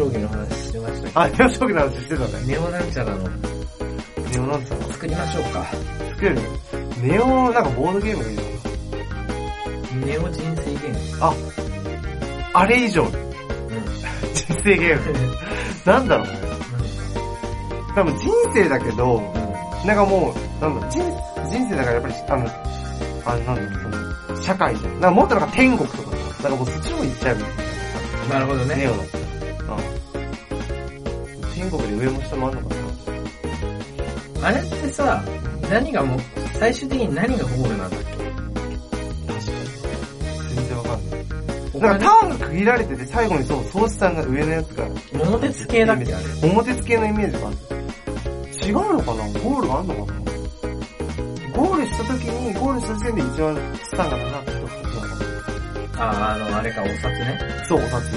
棋の話してましたけど。 あ、ネオ将棋の話してたね。 ネオなんちゃらの。 ネオなんちゃら作りましょうか。 作れる？ネオ、なんかボードゲームがいいのかな。ネオ人生ゲーム。 あれ以上。人生ゲーム。なんだろうね。多分人生だけど、なんかもう、なんだろう、人生だからやっぱり、なんだろう、その、社会じゃん。なんかもっとなんか天国とかさ、なんかもうそっちの方行っちゃうみたいな。 なるほどね。 ネオだったら。天国で上も下もあんのかな。あれってさ、何が最終的に何がゴールなんだっけ？ 確かに。全然わかんない。なんかターンが区切られてて最後にそう、ソースさんが上のやつが。 桃鉄系だっけあれ。 桃鉄系のイメージがある。違うのかな？ゴールがあんのかな？ゴールした時点で一番スタンが長くて人があれか、お札ね。 そう、お札。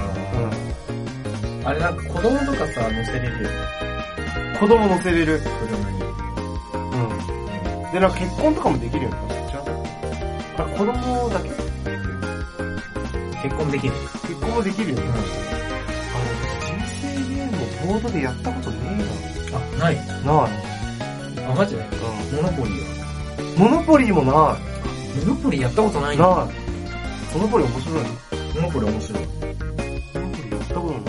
あれなんか子供とかさ、乗せれるよ。 子供乗せれる。 車に。 で、なんか結婚とかもできるよね。違う？あれ、子供だけ？ 結婚できる。 結婚もできるよね。人生ゲームをボードでやったことねえな。あ、ない。 ない。 マジで？モノポリーは？ モノポリーもない。 モノポリーやったことないんだ。ない。モノポリー面白いの？ モノポリー面白い。 モノポリーやったことない。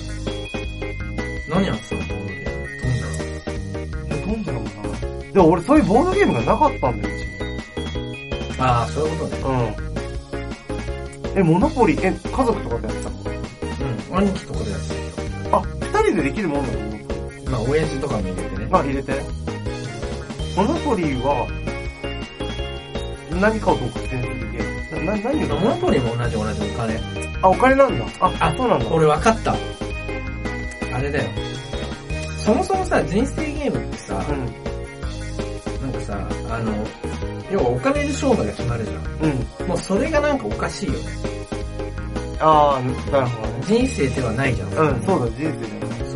何やってたのボードゲーム？ トンジャラもない。でも俺そういうボードゲームがなかったんだよ、うちに。 ああ、そういうことね。モノポリー、家族とかでやってたの？ 兄貴とかでやってたよ。 二人でできるもんなの？ まあ、親父とかも入れてね。 入れて。モノポリーは、何かをどうかしてるゲーム。何モノポリーも同じお金。 お金なんだ。そうなんだ。 俺分かった。あれだよ。そもそもさ、人生ゲームってさ、なんかさ、要はお金で勝負が決まるじゃん。もうそれがなんかおかしいよね。 なるほどね。 人生ではないじゃん。 そうだ、人生じゃない。 そう。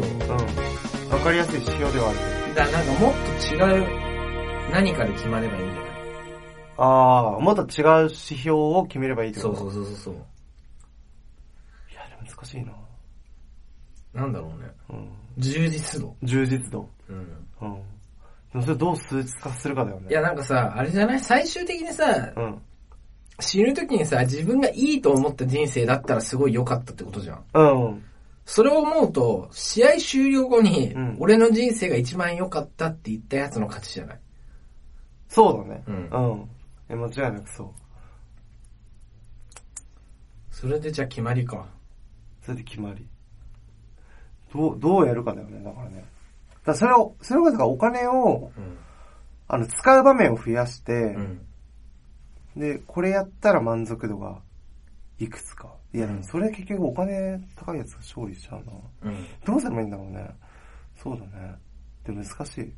わかりやすい指標ではある。 だからなんかもっと違う何かで決まればいいんじゃない？ もっと違う指標を決めればいいってこと？ そう。いや、 でも難しいな。 なんだろうね。充実度。 でもそれどう数値化するかだよね。 いや、なんかさ、あれじゃない？最終的にさ、死ぬ時にさ、自分がいいと思った人生だったらすごい良かったってことじゃん。それを思うと、試合終了後に、俺の人生が一番良かったって言ったやつの勝ちじゃない？ そうだね。間違いなくそう。 それでじゃあ決まりか。 それで決まり。どうやるかだよね、だからね。それがお金を、使う場面を増やして、で、これやったら満足度がいくつか。いや、でもそれ結局お金高いやつが勝利しちゃうな。どうすればいいんだろうね。そうだね。でも難しい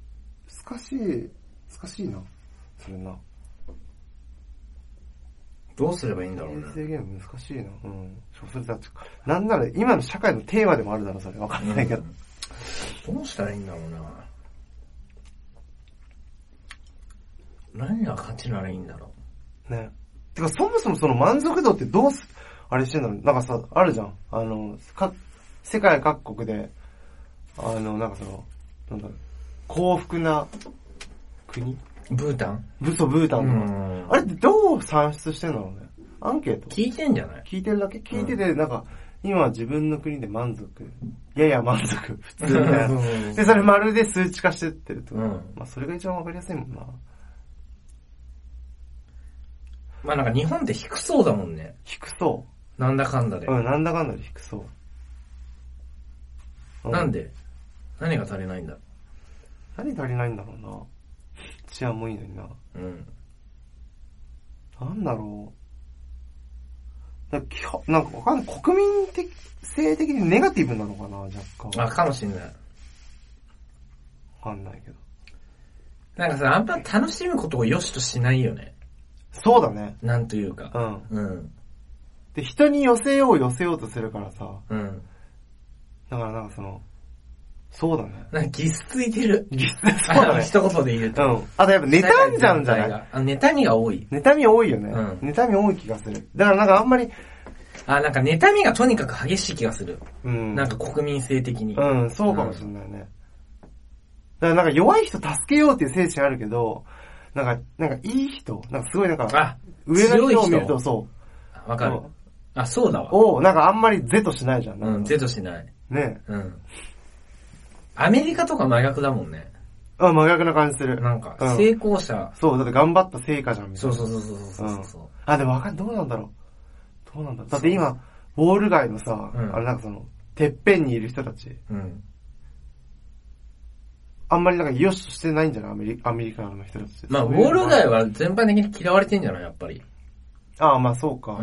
な。それな。 どうすればいいんだろうね。 人生ゲーム難しいな。それだって、なんなら今の社会のテーマでもあるだろ、それ。わかんないけど。 どうしたらいいんだろうな。何が価値ならいいんだろう。ね。てか、そもそもその満足度ってあれしてんだろう。なんかさ、あるじゃん。世界各国で、なんかなんだろう、幸福な国？ ブータンブータンとか。あれってどう算出してんだろうね。アンケート聞いてんじゃない？ 聞いてるだけ聞いてて、なんか、今は自分の国で満足。やや満足。普通みたいな。で、それまるで数値化してってると。まあ、それが一番わかりやすいもんな。 まあなんか日本って低そうだもんね。 低そう。 なんだかんだで。 なんだかんだで低そう。 なんで？何が足りないんだ？ 何足りないんだろうな。治安もいいのにな。なんだろう。なんかわかんない。国民性的にネガティブなのかな、若干。 かもしんない。 わかんないけど。 なんかさ、あんま楽しむことを良しとしないよね。 そうだね。 なんというか。 で、人に寄せようとするからさ。だからなんかそうだね。 なんかギスついてる。 そうだね。 一言で言うと。 あとやっぱ妬んじゃうんじゃない？ 妬みが多い。 妬み多いよね。妬み多い気がする。だからなんかあんまり、 なんか妬みがとにかく激しい気がする。なんか国民性的に。 そうかもしれないね。だからなんか弱い人助けようっていう精神あるけど、なんかいい人、なんかすごいなんか、上の人を見るとそう。 わかる。そうだわ。なんかあんまり是としないじゃん。 是としない。 ね。 アメリカとか真逆だもんね。 真逆な感じする。 なんか、成功者。 そう、だって頑張った成果じゃん、みたいな。 そう。 でもどうなんだろう。だって今、ウォール街のさ、あれなんかてっぺんにいる人たち。あんまりなんか良しとしてないんじゃないアメリカの人たち。 ウォール街は全般的に嫌われてんじゃないやっぱり。 そうか。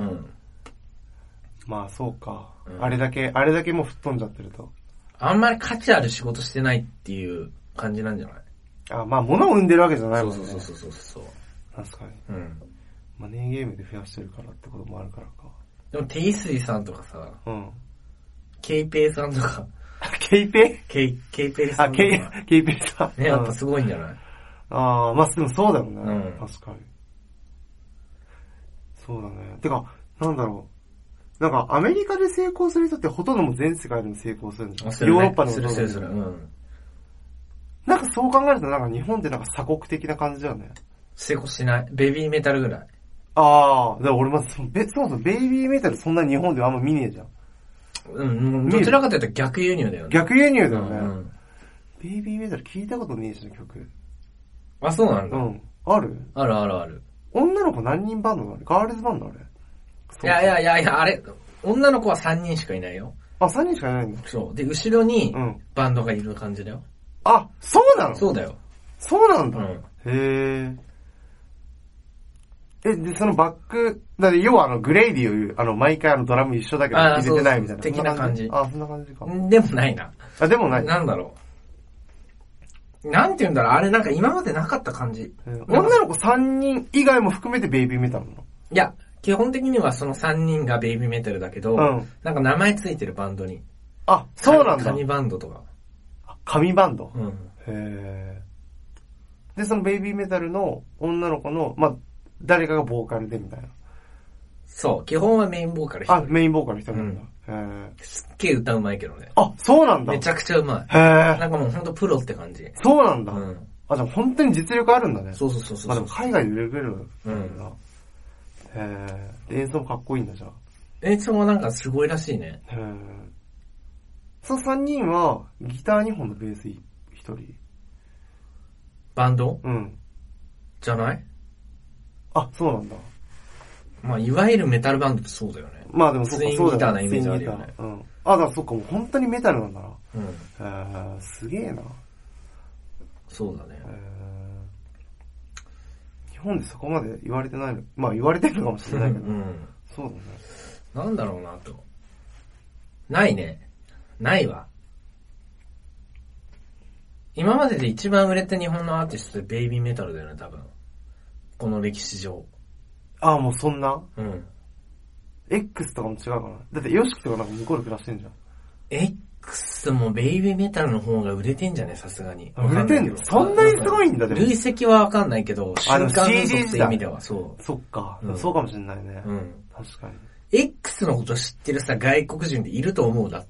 そうか。あれだけもう吹っ飛んじゃってると。 あんまり価値ある仕事してないっていう感じなんじゃない？ 物を生んでるわけじゃないもんね。 そう。 確かに。マネーゲームで増やしてるからってこともあるからか。 でも、テイスイさんとかさ、ケイペイさんとか。 ケイペイ？ ケイペイさんとか。 ケイペイさん。 ね、やっぱすごいんじゃない？ でもそうだよね。確かに。そうだね。てか、なんだろう。なんか、アメリカで成功する人ってほとんども全世界でも成功するんだよ。ヨーロッパでもする。 なんかそう考えるとなんか日本ってなんか鎖国的な感じだよね。 成功しない。ベビーメタルぐらい。 だから俺そもそもベイビーメタルそんな日本ではあんま見ねえじゃん。 どちらかというと逆輸入だよね。 逆輸入だよね。ベイビーメタル聞いたことねえしな、曲。 そうなんだ。 ある？ ある。 女の子何人バンドなの？ガールズバンドあれ？ いや、あれ、女の子は3人しかいないよ。 3人しかいないんだ。 そう。で、後ろに、バンドがいる感じだよ。 そうなの？ そうだよ。 そうなんだ。へえ。で、そのバック、要はグレイディを言う、毎回ドラム一緒だけど入れてないみたいな。 的な感じ。 そんな感じか。 でもないな。 でもない。 なんだろう。なんて言うんだろう、あれなんか今までなかった感じ。 女の子3人以外も含めてベイビーメタルなの？ いや、基本的にはその3人がベイビーメタルだけど、なんか名前ついてるバンドに。 そうなんだ。 神バンドとか。 神バンド？へー。で、そのベイビーメタルの女の子の、誰かがボーカルでみたいな。 そう、基本はメインボーカル一人。 メインボーカル一人なんだ。 すっげえ歌うまいけどね。 そうなんだ。 めちゃくちゃうまい。 なんかもうほんとプロって感じ。 そうなんだ。じゃあ本当に実力あるんだね。 そう。 でも海外で売れるんだな。演奏もかっこいいんだ、じゃあ。 演奏もなんかすごいらしいね。 その3人は、ギター2本のベース1人。 バンド？じゃない？ そうなんだ。 いわゆるメタルバンドってそうだよね。 でもそうか、そうだよね。 ツインギターなイメージあるよね。 だからそっか、もう本当にメタルなんだな。すげえな。 そうだね。 日本でそこまで言われてないの。言われてるのかもしれないけど。そうだね。 なんだろうなと。ないね。ないわ。今までで一番売れた日本のアーティストってベイビーメタルだよね、多分。この歴史上。 もうそんなX とかも違うかな。だってヨシキとかなんか向こうで暮らしてんじゃん。 X もベイビーメタルの方が売れてんじゃね、さすがに。 売れてんの？そんなにすごいんだ、でも。 累積はわかんないけど、瞬間風速って意味ではそう。 そっか。そうかもしれないね。確かに。 X のこと知ってるさ、外国人っていると思う、だって。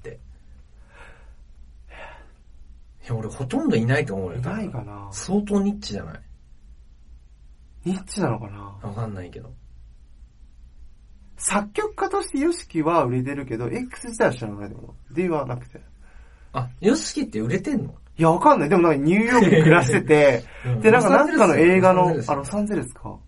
いや、俺ほとんどいないと思うよ。 いないかな。 相当ニッチじゃない？ ニッチなのかな？ わかんないけど。 作曲家としてヨシキは売れてるけど、X 自体は知らないでも。ではなくて。 ヨシキって売れてんの？ いや、わかんない。でもなんかニューヨークで暮らしてて、で、なんかの映画の、ロサンゼルスか。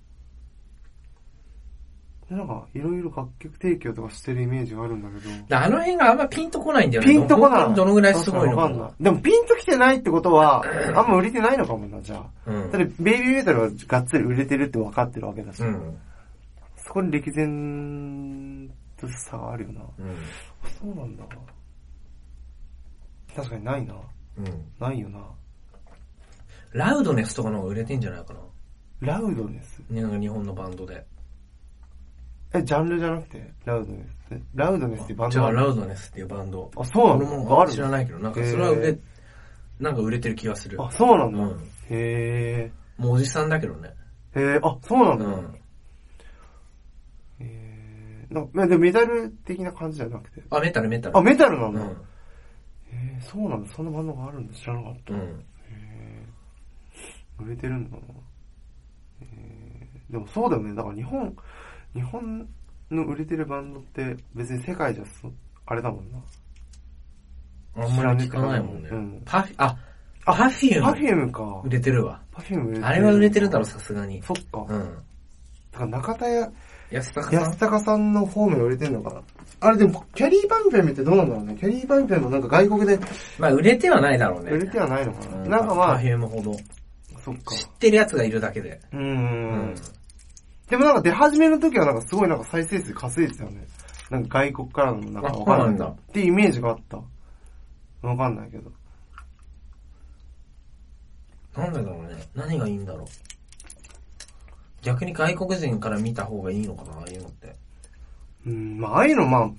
で、なんか、いろいろ楽曲提供とかしてるイメージがあるんだけど。 あの辺があんまピンとこないんだよね。 ピンとこない。 どのぐらいすごいのか。 わかんない。でもピンと来てないってことは、あんま売れてないのかもな、じゃあ。だって、ベイビーメタルはがっつり売れてるって分かってるわけだし。そこに歴然と差があるよな。そうなんだ。確かにないな。ないよな。 ラウドネスとかの方が売れてんじゃないかな。 ラウドネス？ なんか日本のバンドで。 ジャンルじゃなくてラウドネス？ラウドネスっていうバンド？ じゃあラウドネスっていうバンド。 そうなんだ。 俺も知らないけど、なんかそれはなんか売れてる気がする。 そうなんだ。へー。もうおじさんだけどね。 そうなんだ。 でメタル的な感じじゃなくて。 あ、メタル。 あ、メタルなんだ。そうなんだ。そんなバンドがあるんだ。知らなかった。売れてるんだな。でもそうだよね。だから日本の売れてるバンドって別に世界じゃあれだもんな。 あんまり聞かないもんね。パフュームか。売れてるわ。 パフューム売れてる。 あれは売れてるだろ、さすがに。 そっか。だから中田安高さんのフォームで売れてるのかな。あれでも、キャリーパンペンってどうなんだろうね。キャリーパンペンもなんか外国で。 まあ売れてはないだろうね。 売れてはないのかな。なんかまあ。 パフュームほど。 そっか。 知ってるやつがいるだけで。 でもなんか出始めの時はなんかすごいなんか再生数稼いでたよね。なんか外国からのなんかわかんない。っていうイメージがあった。わかんないけど。 なんでだろうね。何がいいんだろう。逆に外国人から見た方がいいのかな、ああいうのって。 まあああいうのまあ、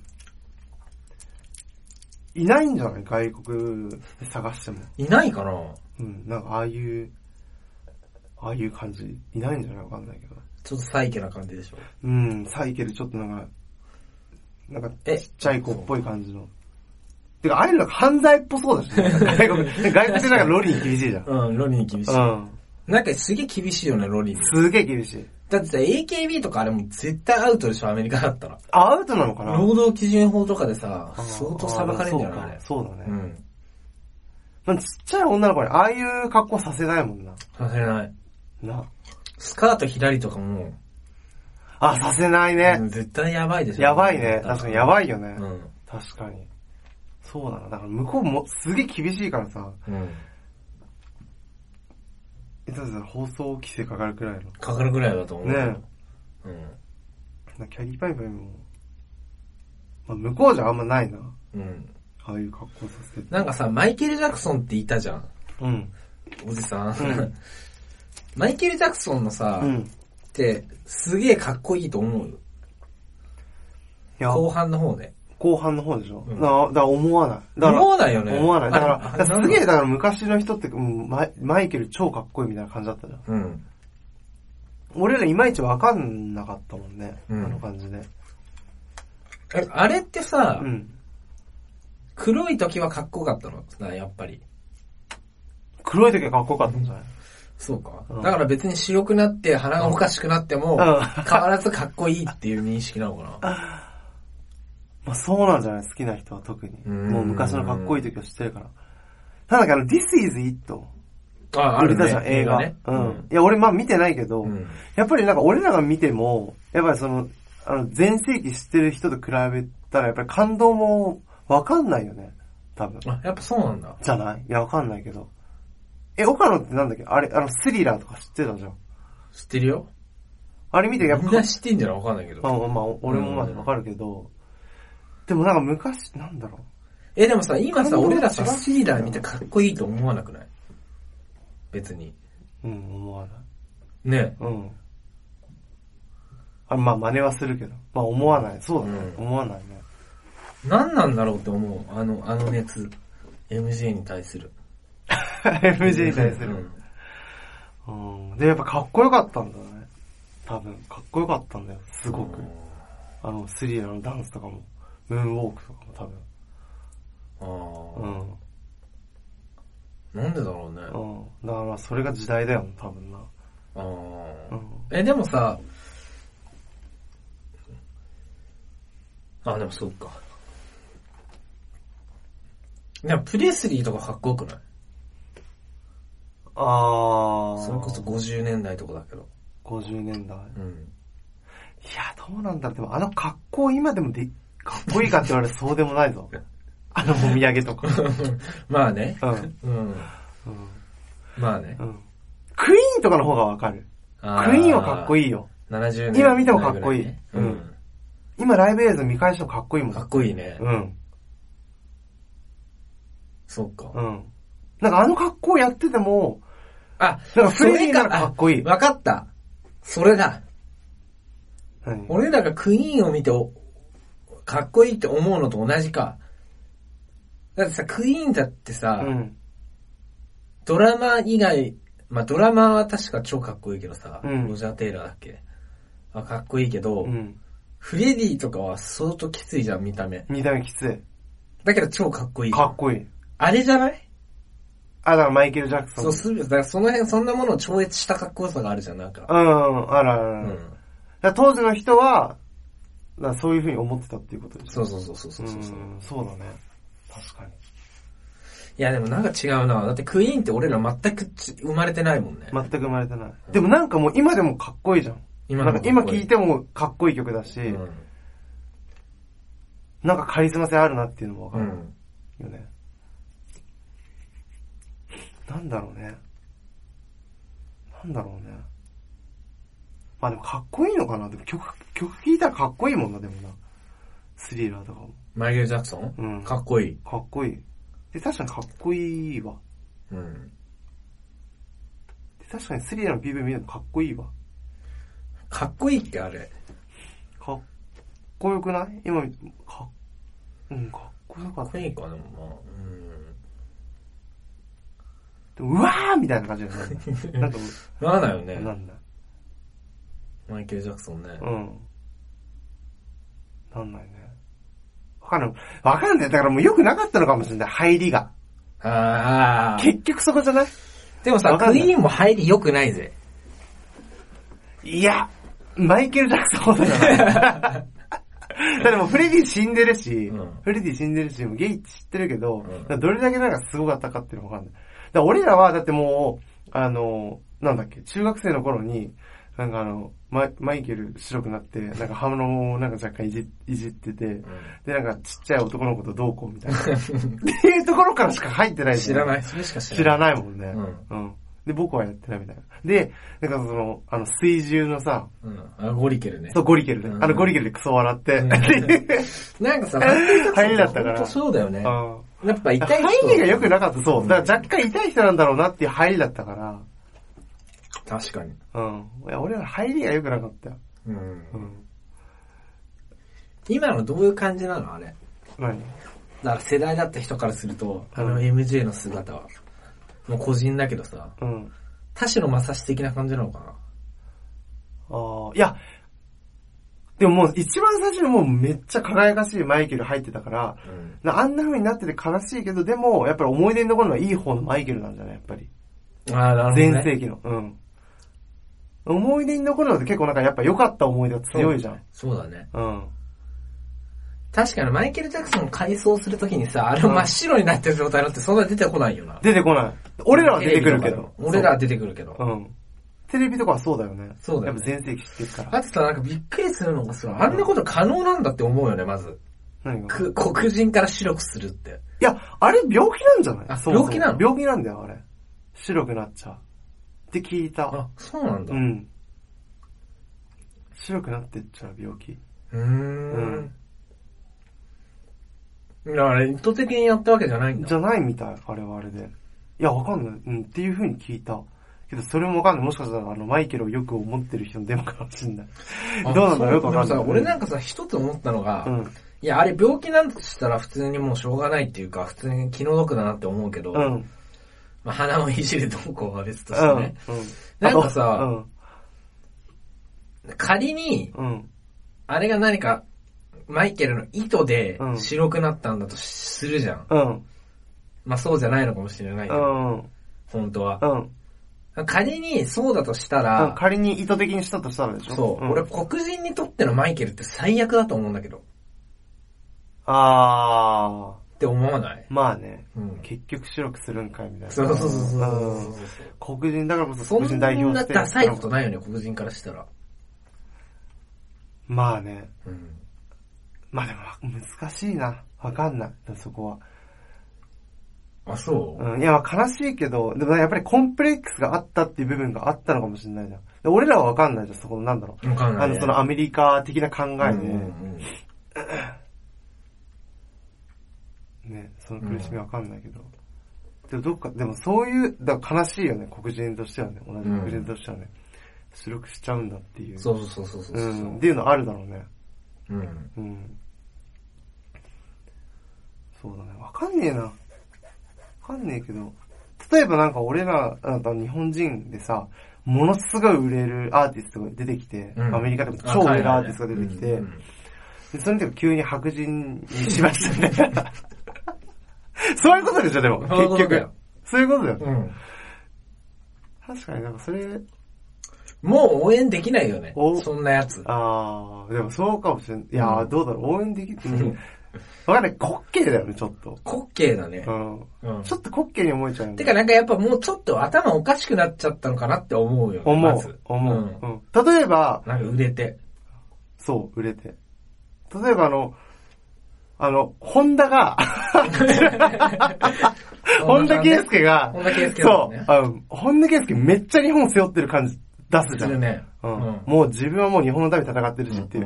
いないんじゃない外国で探しても。 いないかな。 なんかああいう感じ、いないんじゃないわかんないけど。 ちょっとサイケな感じでしょ。 サイケでちょっとなんかちっちゃい子っぽい感じの。てか、ああいうの犯罪っぽそうだしね。外国でなんかロリに厳しいじゃん。 ロリに厳しい。なんかすげえ厳しいよね、ロリに。 すげえ厳しい。 だってさ、AKB とかあれも絶対アウトでしょ、アメリカだったら。 アウトなのかな。 労働基準法とかでさ、相当裁かれるんじゃない？ そうだね。ちっちゃい女の子にああいう格好させないもんな。 させない。スカート左とかも。 させないね。 絶対やばいでしょ。 やばいね。確かにやばいよね。確かに。そうだな。だから向こうもすげえ厳しいからさ。放送規制かかるくらいの。 かかるくらいだと思う。ねキャリーパイプも、まあ、向こうじゃあんまないな。ああいう格好させて。 なんかさ、マイケル・ジャクソンっていたじゃん。おじさん。マイケル・ジャクソンのさ、ってすげえかっこいいと思うよ。後半の方ね。 後半の方でしょ。だから思わない。 思わないよね。 思わない。だからすげえ、だから昔の人って、マイケル超かっこいいみたいな感じだったじゃん。俺らいまいちわかんなかったもんね。あの感じで。 あれってさ、黒い時はかっこよかったのやっぱり。 黒い時はかっこよかったんじゃない？ そうか。だから別に白くなって鼻がおかしくなっても、変わらずかっこいいっていう認識なのかな。 まあそうなんじゃない？好きな人は特に。もう昔のかっこいい時を知ってるから。なんだっけThis is It。 あるね。 映画。いや、俺まあ見てないけど、やっぱりなんか俺らが見ても、やっぱり前世紀知ってる人と比べたらやっぱり感動もわかんないよね。多分。 やっぱそうなんだ。 じゃない？いや、わかんないけど。岡野ってなんだっけあれ、スリラーとか知ってたじゃん。 知ってるよ。 あれ見てやっぱ。 みんな知ってんじゃないわかんないけど。 まあ、俺もまだわかるけど。でもなんか昔、なんだろう。でもさ、今さ、俺らさ、スリラー見てかっこいいと思わなくない？別に。 思わない。 ね。 まあ真似はするけど。まあ思わない。そうだね。思わないね。 何なんだろうって思う。あの熱。MJ に対する。 MJ に対する。で、やっぱかっこよかったんだね。多分、かっこよかったんだよ。すごく。スリラーのダンスとかも、ムーンウォークとかも多分。 なんでだろうね。 だからまあそれが時代だよ、多分な。 でもさ、でもそうか。でもプレスリーとかかっこよくない？それこそ50年代とかだけど。 50年代。いや、どうなんだろう。でも格好今でもかっこいいかって言われるとそうでもないぞ。もみあげとか。 まあね。まあね。 クイーンとかの方がわかる。クイーンはかっこいいよ。 70年。 今見てもかっこいい。今ライブ映像見返してもかっこいいもん。 かっこいいね。そうか。 なんか格好やってても、なんかフレディならかっこいい。 わかった。それだ。俺らがクイーンを見てかっこいいって思うのと同じか。だってさ、クイーンだってさ、ドラマ以外、まあドラマは確か超かっこいいけどさ、ロジャー・テイラーだっけかっこいいけど、 フレディとかは相当きついじゃん、見た目。 見た目きつい。 だけど超かっこいいじゃん。 かっこいい。 あれじゃない？ だからマイケル・ジャクソン。 そう、だからその辺、そんなものを超越したかっこよさがあるじゃん、なんか。 ある。だ当時の人は、そういう風に思ってたっていうことでしょ。 そう。 そうだね。確かに。 いやでもなんか違うな。だってクイーンって俺ら全く生まれてないもんね。 全く生まれてない。でもなんかもう今でもかっこいいじゃん。今聴いてもかっこいい曲だし、なんかカリスマ性あるなっていうのもわかるよね。なんだろうね。まあでもかっこいいのかな。でも曲聴いたらかっこいいもんな、でもな。スリラーとかも。 マイケル・ジャクソン？うん。かっこいい。 かっこいい。で、確かにかっこいいわ。うん。で、確かにスリラーの PV 見るのかっこいいわ。 かっこいいってあれ。 かっこよくない？今、かっこよかった。 かっこいいか、でもまあ。 でもうわーみたいな感じだよね。なんか、 なんだよね。 なんだ。 マイケル・ジャクソンね。 なんないね。わかんない。だからもう良くなかったのかもしれない。入りが。結局そこじゃない？ でもさ、クイーンも入り良くないぜ。 いや、マイケル・ジャクソンほどじゃない。だってもうフレディ死んでるし、もうゲイ知ってるけど、どれだけなんかすごかったかっていうのわかんない。だから俺らはだってもう、なんだっけ、中学生の頃に、なんかマイケル白くなって、なんか鼻をなんか若干いじってて、で、なんかちっちゃい男の子とどうこうみたいな。っていうところからしか入ってない。 知らない。それしか知らないもんね。で、僕はやってないみたいな。で、なんか水獣のさ、 ゴリケルね。 そう、ゴリケルね。ゴリケルでクソ笑って。なんかさ、 入りだったから。 そうだよね。やっぱ痛い人。 入りが良くなかった、そう。だから若干痛い人なんだろうなっていう入りだったから。 確かに。 いや、俺は入りが良くなかったよ。 今のどういう感じなのあれ。 何？ だから世代だった人からすると、MJ の姿は。もう個人だけどさ。田代正史的な感じなのかな？ いや、でももう一番最初にもうめっちゃ輝かしいマイケル入ってたから、あんな風になってて悲しいけど、でもやっぱり思い出に残るのはいい方のマイケルなんじゃないやっぱり。 なるほど、ね。 前世紀の。思い出に残るのって結構なんかやっぱ良かった思い出が強いじゃん。 そうだね。確かにマイケル・ジャクソンを改装するときにさ、真っ白になってる状態のってそんな出てこないよな。 出てこない。俺らは出てくるけど。 俺らは出てくるけど。 テレビとかはそうだよね。 そうだよね。 やっぱ前世紀知ってるから。 あとさ、なんかびっくりするのがさ、あんなこと可能なんだって思うよね、まず。 何が？ 黒人から白くするって。 いや、あれ病気なんじゃない？ 病気なの？ 病気なんだよ、あれ。白くなっちゃう。って聞いた。 そうなんだ。 白くなってっちゃう病気。 いや、あれ意図的にやったわけじゃないんだ。 じゃないみたい、あれはあれで。いや、わかんない。っていう風に聞いた。けど、それもわかんない。もしかしたら、マイケルをよく思ってる人のデモかもしんない。どうなんだろうよくわかんない。 俺なんかさ、一つ思ったのが、いや、あれ病気なんとしたら普通にもうしょうがないっていうか、普通に気の毒だなって思うけど、まあ、鼻をいじるどうこうは別としてね。なんかさ、仮に、あれが何か、マイケルの意図で白くなったんだとするじゃん。まあそうじゃないのかもしれないけど、本当は。仮にそうだとしたら、 仮に意図的にしたとしたらでしょ？ そう。俺黒人にとってのマイケルって最悪だと思うんだけど。って思わない？ まあね。結局白くするんかいみたいな。 そう。 黒人だからこそ黒人代表して。 そんなダサいことないよね、黒人からしたら。 まあね。まあでも難しいな。わかんない。そこは。 そう？ いや、悲しいけど、でもやっぱりコンプレックスがあったっていう部分があったのかもしれないじゃん。俺らはわかんないじゃん、そこのなんだろう。 わかんない、ね。 そのアメリカ的な考えで、ね、その苦しみわかんないけど。でもそういう、だから悲しいよね、黒人としてはね。同じ黒人としてはね。白くしちゃうんだっていう。 そう。 っていうのあるだろうね。そうだね。わかんねえな。わかんねえけど。例えばなんか俺ら、日本人でさ、 ものすごい売れるアーティストが出てきて、アメリカでも超売れるアーティストが出てきて、でその時は急に白人にしましたみたいな。そういうことでしょ、でも。結局。そういうことだよ。確かになんかそれ、 もう応援できないよね。そんなやつ。 ああ、でもそうかもしれん。いや、どうだろう、応援できる。わかんない、滑稽だよね、ちょっと。 滑稽だね。 ちょっと滑稽に思えちゃうよね。 てかなんかやっぱもうちょっと頭おかしくなっちゃったのかなって思うよね。 思う。例えば、 なんか売れて。 そう、売れて。例えばホンダが、本田圭佑が、そう、本田圭佑めっちゃ日本背負ってる感じ出すじゃん。 ね。 もう自分はもう日本のために戦ってるしっていう。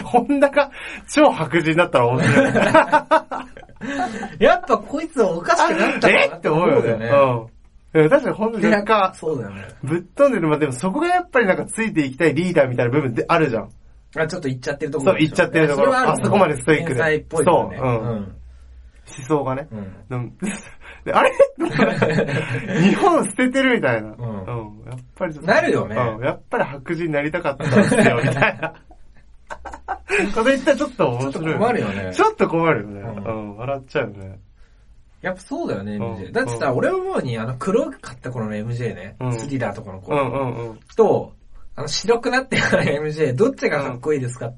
ホンダが超白人だったら面白い。 やっぱこいつはおかしくなったなって思うよね。確かにホンダなんか、 そうだよね。 ぶっ飛んでる。まあでもそこがやっぱりなんかついていきたいリーダーみたいな部分ってあるじゃん。 ちょっと行っちゃってるところ。 そう、行っちゃってるところ。あそこまでストイックで。 天才っぽいよね。 そう。思想がね。あれ日本捨ててるみたいな。やっぱりなるよね。 やっぱり白人になりたかったんですよ、みたいな。これ言ったらちょっと面白い。 ちょっと困るよね。 ちょっと困るよね。笑っちゃうよね。 やっぱそうだよね、MJ。だってさ、俺思うに、黒かった頃の MJ ね。スリラーとかの頃。と、白くなってから MJ、どっちがかっこいいですかって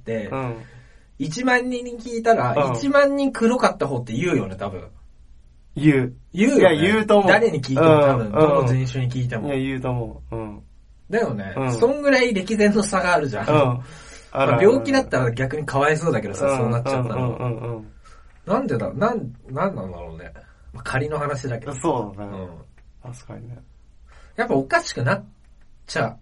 、1万人に聞いたら、1万人黒かった方って言うよね、多分。 言うよね。 いや、言うと思う。 誰に聞いても多分、どの人種に聞いても。 いや、言うと思う。 だよね。そんぐらい歴然の差があるじゃん。病気だったら逆にかわいそうだけどさ、そうなっちゃったの。なんでだ、なんなんだろうね。仮の話だけど。 そうだね。確かにね。 やっぱおかしくなっちゃって、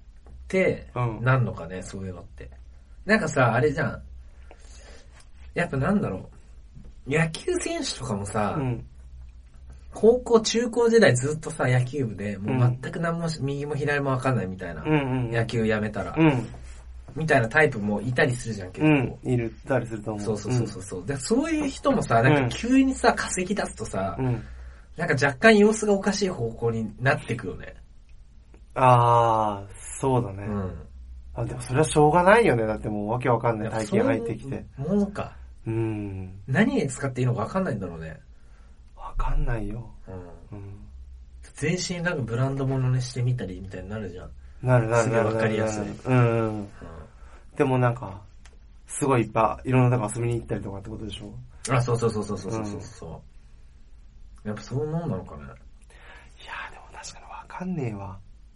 なんのかね、そういうのって。なんかさ、あれじゃん。やっぱなんだろう。野球選手とかもさ、高校、中高時代ずっとさ、野球部で、もう全く何も、右も左もわかんないみたいな。野球やめたら。みたいなタイプもいたりするじゃん、結構。 いたりすると思う。 そう。で、そういう人もさ、なんか急にさ、稼ぎ出すとさ、なんか若干様子がおかしい方向になってくよね。 あー、そうだね。でもそれはしょうがないよね。だってもうわけわかんない大金入ってきて。 ものか。何に使っていいのかわかんないんだろうね。 わかんないよ。 全身なんかブランド物にしてみたりみたいになるじゃん。 なる。 すげえわかりやすい。 でもなんか、すごいいっぱいいろんなとこ遊びに行ったりとかってことでしょ。 そう。やっぱそういうもんなのかね。いやでも確かにわかんねえわ。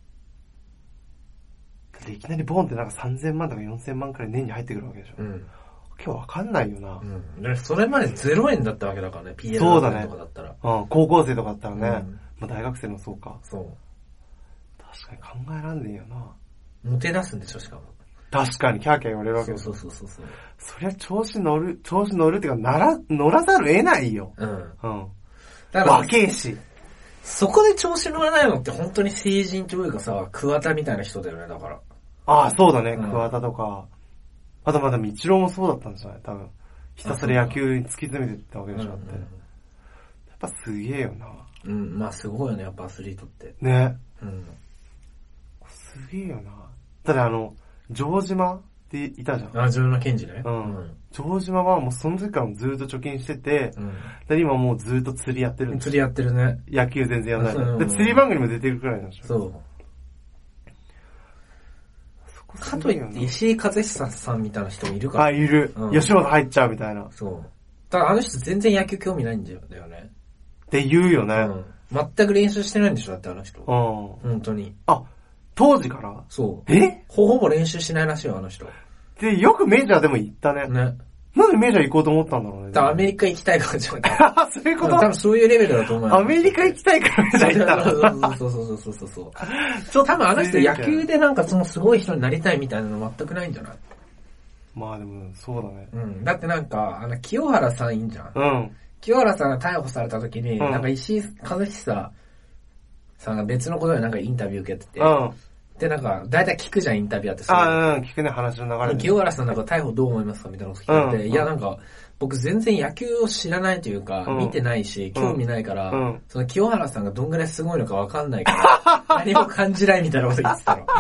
いきなりボーンってなんか3000万とか4000万くらい年に入ってくるわけでしょ。今日わかんないよな。 でそれまで0円だったわけだからね、PL そうだね。 とかだったら。 高校生とかだったらね。まあ大学生もそうか。 そう。 確かに考えらんねえよな。 モテ出すんでしょ、しかも。 確かにキャーキャー言われるわけでしょ。 そう。そりゃ調子乗るっていうか、乗らざる得ないよ。だから若えし。 そこで調子乗らないのって本当に成人というかさ、桑田みたいな人だよね、だから。 そうだね、桑田とか。あとまだ道郎もそうだったんじゃない多分。ひたすら野球に突き詰めていったわけでしょ、って。やっぱすげえよな。 まあすごいよね、やっぱアスリートって。 ね。すげえよな。ただ城島っていたじゃん。 城島健二ね。 城島はもうその時からもずっと貯金してて、で今もうずっと釣りやってるん釣りやってるね。 野球全然やらない。で、釣り番組も出てるくらいなんでしょ。 そう。かといって石井和久さんみたいな人もいるから。 いる。吉本入っちゃうみたいな。 そう。だから人全然野球興味ないんだよね。 って言うよね。 全く練習してないんでしょ、だって人。本当に。 当時から？ そう。ほぼ練習しないらしいよ、人。 で、よくメジャーでも行ったね。 ね。 なんでメジャー行こうと思ったんだろうね。 アメリカ行きたいからじゃん。 そういうこと多分そういうレベルだと思うよ。 アメリカ行きたいからメジャー行ったの。そう。多分人野球でなんかそのすごい人になりたいみたいなの全くないんじゃない？ まあでも、そうだね。 だってなんか、清原さんいいんじゃん。清原さんが逮捕された時に、なんか石井和久さんが別のことでなんかインタビュー受けてて、で、なんか、だいたい聞くじゃん、インタビューって。 聞くね、話の流れで。 清原さんなんか逮捕どう思いますかみたいなこと聞いて、いや、なんか、 僕全然野球を知らないというか、見てないし、興味ないから、その清原さんがどんぐらいすごいのかわかんないから、何も感じないみたいなこと言ってたの。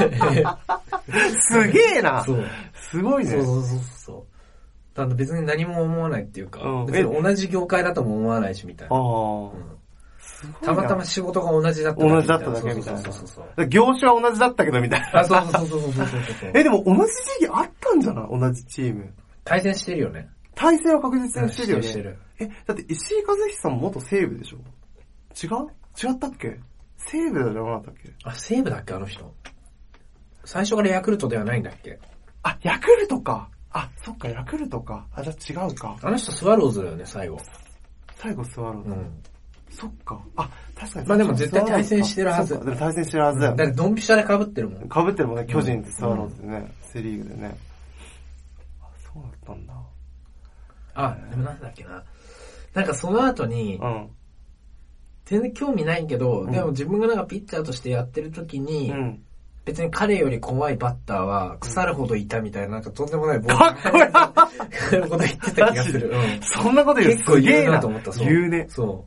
すげえな。 そう。 すごいね。 そう。ただ別に何も思わないっていうか、別に同じ業界だとも思わないしみたいな。たまたま仕事が同じだっただけみたいな。そう業種は同じだったけどみたいな。 そう。 でも同じ時期あったんじゃない？同じチーム。 対戦してるよね。 対戦は確実にしてるよね。 してる。 だって石井和久さんも元西武でしょ？違ったっけ？西武じゃなかったっけ？ 西武だっけあの人。最初からヤクルトではないんだっけ？ ヤクルトか。そっか、ヤクルトか。じゃあ違うか。 あの人スワローズだよね、最後スワローズ。そっか。確かに。 まあでも絶対対戦してるはず。 でも対戦してるはずだよ。 だってドンピシャで被ってるもん。 被ってるもんね、巨人ってスワローズでね。セリーグでね。そうだったんだ。 でもなんだっけな。なんかその後に、全然興味ないけど、でも自分がなんかピッチャーとしてやってる時に、別に彼より怖いバッターは腐るほどいたみたいな、なんかとんでもないボール。 かっこいいこと言ってた気がする。 そんなこと言う結構言うなと思った。 言うね。 そう。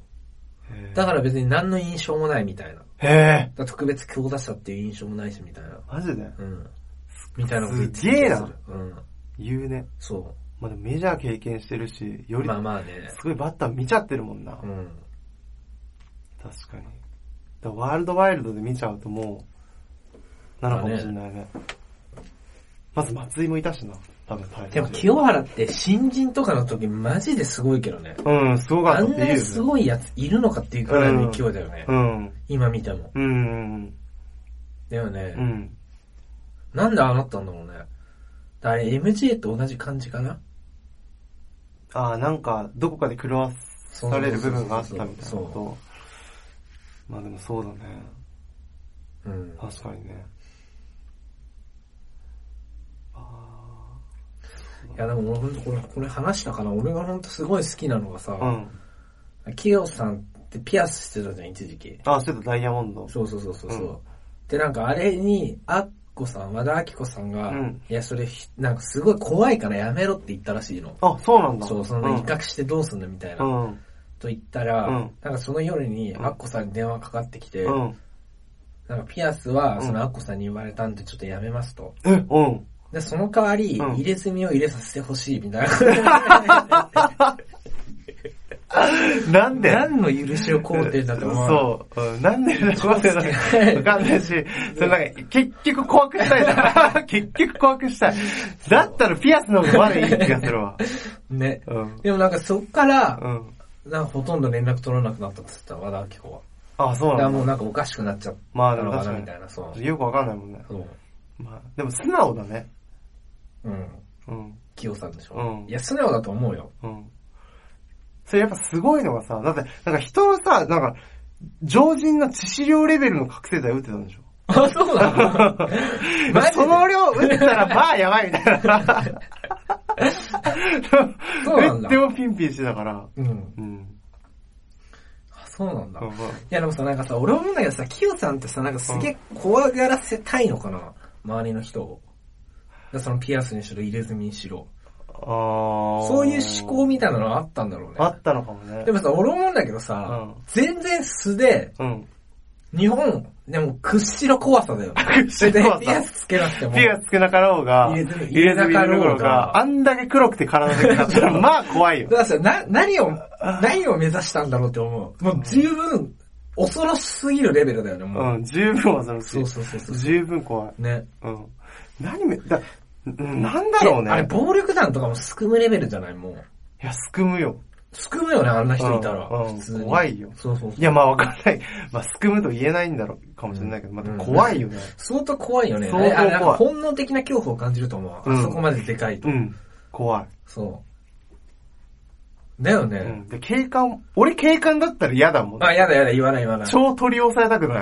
だから別に何の印象もないみたいな。特別強打者っていう印象もないしみたいな。 マジで？ みたいなこと言ってた気がする。すげえな。言うね。 そう。 まあでもメジャー経験してるし、より、 まあね。 すごいバッター見ちゃってるもんな。確かに。ワールドワイルドで見ちゃうともう、なのかもしれないね。まず松井もいたしな。多分でも清原って新人とかの時マジですごいけどね。 すごかったって言うよね。 あんなにすごいやついるのかっていうくらいの勢いだよね。今見ても。だよね。なんでああなったんだろうね。あれ MJ と同じ感じかな？ なんか、どこかで狂わされる部分があったみたいなこと。まあでもそうだね。確かにね。 いやでもほんとこれ話したかな。俺がほんとすごい好きなのがさ、清さんってピアスしてたじゃん、一時期。 してた、ダイヤモンド。 そう。で、なんかあれに、和田アキ子さんが、いや、それ、なんかすごい怖いからやめろって言ったらしいの。 そうなんだ。 そう、その威嚇してどうすんのみたいな。と言ったら、なんかその夜にアッコさんに電話かかってきて、なんかピアスは、そのアッコさんに言われたんでちょっとやめますと。で、その代わり、入れ墨を入れさせてほしいみたいな。 なんで？ 何の許しを請うてんだと思う。そう。なんで許しを請うてんだかわかんないし、それなんか、結局怖くしたいな。結局怖くしたい。だったらピアスの方がまだいい気がするわ。 ね。でもなんかそっから、なんかほとんど連絡取らなくなったって言った和田アキ子は。 そうなんだ。 だからもうなんかおかしくなっちゃったのかなみたいな。 よくわかんないもんね。でも素直だね。 清さんでしょ。いや、素直だと思うよ。 それやっぱすごいのがさ、だって、なんか人のさ、なんか、常人の致死量レベルの覚醒剤打ってたんでしょ？ そうなの？ その量打ったらまあやばいみたいな。 そうなんだ。 でもピンピンしてたから。 そうなんだ。いやでもさ、なんかさ、俺思うんだけどさ、清さんってさ、なんかすげえ怖がらせたいのかな？周りの人を。そのピアスにしろ、入れ墨にしろ。そういう思考みたいなのあったんだろうね。 あったのかもね。 でもさ、俺思うんだけどさ、全然素で、日本、でも屈指の怖さだよね。屈指の怖さ。ピアスつけなくても。 ピアスつけなかろうが、入れ墨なかろうが、あんだけ黒くて体でかったら、まあ怖いよ。 だからさ、何を目指したんだろうって思う。もう十分、恐ろしすぎるレベルだよね、もう。 十分恐ろしい。 そう。 十分怖い。 ね。 なんだろうね。 あれ、暴力団とかもすくむレベルじゃないもう。 いや、すくむよ。 すくむよね、あんな人いたら。 怖いよ。 そう。 いや、まあわかんない。まあ、すくむと言えないんだろうかもしれないけど、また怖いよね。 相当怖いよね。 相当怖い。 本能的な恐怖を感じると思う。あそこまででかいと。 怖い。 そう。だよね。 で、俺警官だったら嫌だもん。 やだ、言わない。 超取り押さえたくない。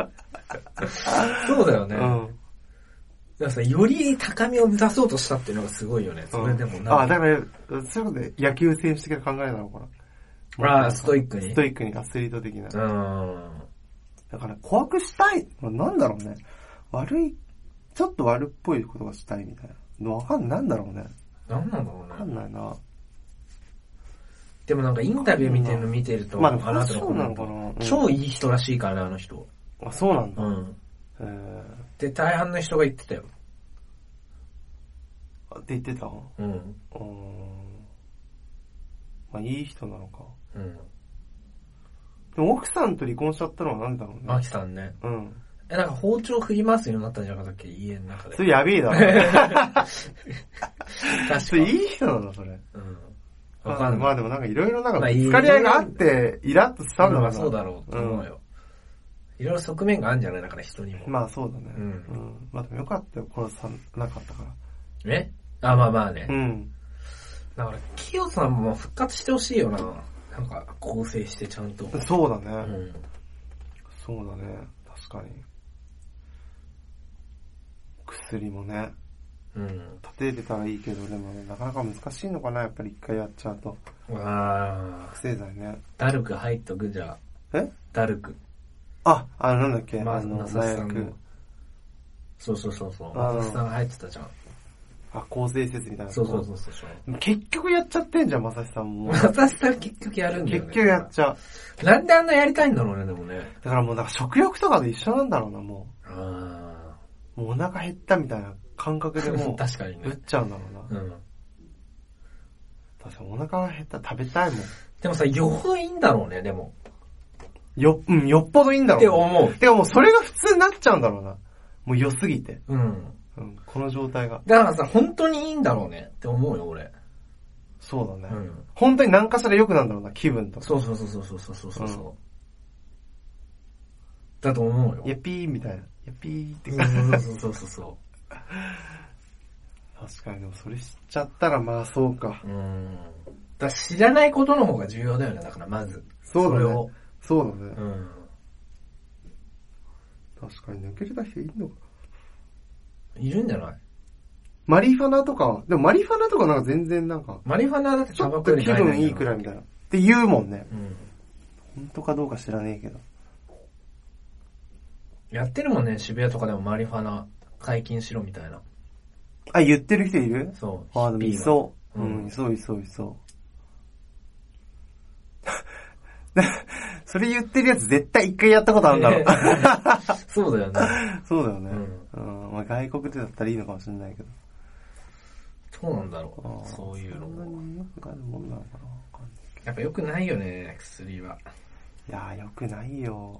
そうだよね。だからさ、より高みを目指そうとしたっていうのがすごいよね。それでもだから、そういうことで野球選手的な考えなのかな。 ストイックに。 ストイックにアスリート的な。だから、怖くしたい。なんだろうね。ちょっと悪っぽいことがしたいみたいな。なんだろうね。 なんなんだろうね。 わかんないな。 でもなんかインタビュー見てると、 まあでもファッションなのかな。 超いい人らしいからね、あの人。 あ、そうなんだ。 で、大半の人が言ってたよ。 って言ってた？うん。まあいい人なのか。うん。でも奥さんと離婚しちゃったのはなんだろうね。 マキさんね。うん。なんか包丁振り回すようになったんじゃなかったっけ、家の中で。 それやべえだろ。確かに。それいい人なのそれ。うん。わかんない。まあでもなんかいろいろなんかぶつかり合いがあって、イラッとしたんだから。 そうだろうと思うよ。いろいろ側面があるんじゃないだから人にも。 まあそうだね。うん。まあでもよかったよ、殺さなかったから。 まあまあね。うん。だから、キヨさんも復活してほしいよな。なんか、構成してちゃんと。 そうだね。うん。そうだね。確かに。薬もね。うん。立てれたらいいけど、でもね、なかなか難しいのかな、やっぱり一回やっちゃうと。覚醒剤ね。 ダルク入っとくじゃあ。ダルク。 なんだっけ、 麻薬。そう。マサさんが入ってたじゃん。 構成説みたいな。 そう。 結局やっちゃってんじゃん、マサシさんも。 マサシさん結局やるんだよね。 結局やっちゃう。なんであんなやりたいんだろうね、でもね。 だからもう、食欲とかで一緒なんだろうな、もう。もうお腹減ったみたいな感覚でもう。 確かにね。 打っちゃうんだろうな。うん。確かにお腹が減ったら食べたいもん。 でもさ、よほいいんだろうね、でも。 よっぽどいいんだろう。 って思う。 てかもうそれが普通になっちゃうんだろうな。もう良すぎて。この状態が。 だからさ、本当にいいんだろうねって思うよ、俺。 そうだね。本当に何かしら良くなるんだろうな、気分とか。 そう。だと思うよ。 やっぴーみたいな。やっぴーってそう。 確かに、でもそれ知っちゃったらまあそうか。 だ知らないことの方が重要だよね、だからまず。 そうだね。そうだね。確かに抜けれた人いるのかいるんじゃない？ マリファナとか、でもマリファナとかなんか全然なんか。 マリファナだってちょっと気分いいくらいみたいな。って言うもんね。本当かどうか知らねえけど。 やってるもんね、渋谷とかでもマリファナ解禁しろみたいな。 言ってる人いる？ そう。 でもいそう。いそう。それ言ってるやつ絶対一回やったことあるんだろう。 そうだよね。 そうだよね。まあ外国でだったらいいのかもしれないけど。 どうなんだろう。そういうの。 そんなに良くなるもんなのかな。 やっぱ良くないよね、薬は。 いや良くないよ。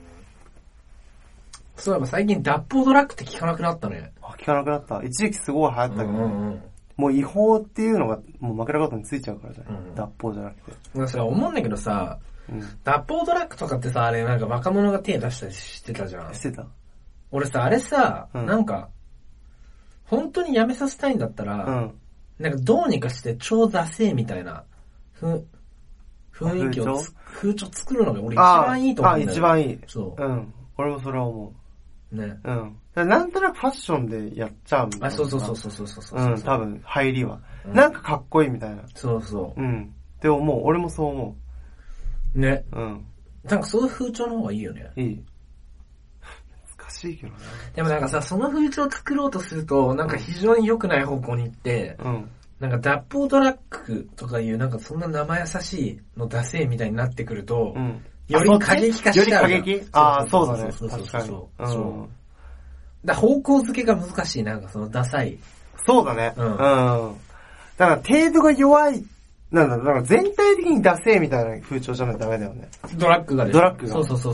そういえば最近脱法ドラッグって聞かなくなったね。 聞かなくなった。一時期すごい流行ったけどね。もう違法っていうのがもう枕言についちゃうからじゃない。脱法じゃなくて。 それ思うんだけどさ、脱法ドラッグとかってさ、あれなんか若者が手出したりしてたじゃん。 してた？ 俺さ、あれさ、なんか、本当にやめさせたいんだったら、なんかどうにかして超ダセーみたいな雰囲気を風潮作るのが俺一番いいと思うんだよ。 一番いい。 そう。 俺もそれは思う。 ね。 なんとなくファッションでやっちゃうんだ。 そう。 多分、入りは。なんかかっこいいみたいな。 そう。 って思う。俺もそう思う。ね。なんかそういう風潮の方がいいよね。 いい。難しいけどね。 でもなんかさ、その風潮を作ろうとすると、なんか非常に良くない方向に行って、なんか脱法ドラッグとかいうなんかそんな生優しいのダセーみたいになってくると、より過激化しちゃう。 より過激？そうだね。確かに。 そう。だ方向づけが難しい、なんかそのダサい。 そうだね。だから程度が弱い、だから全体的にダセーみたいな風潮じゃないとダメだよね。 ドラッグがドラッグが。 そう。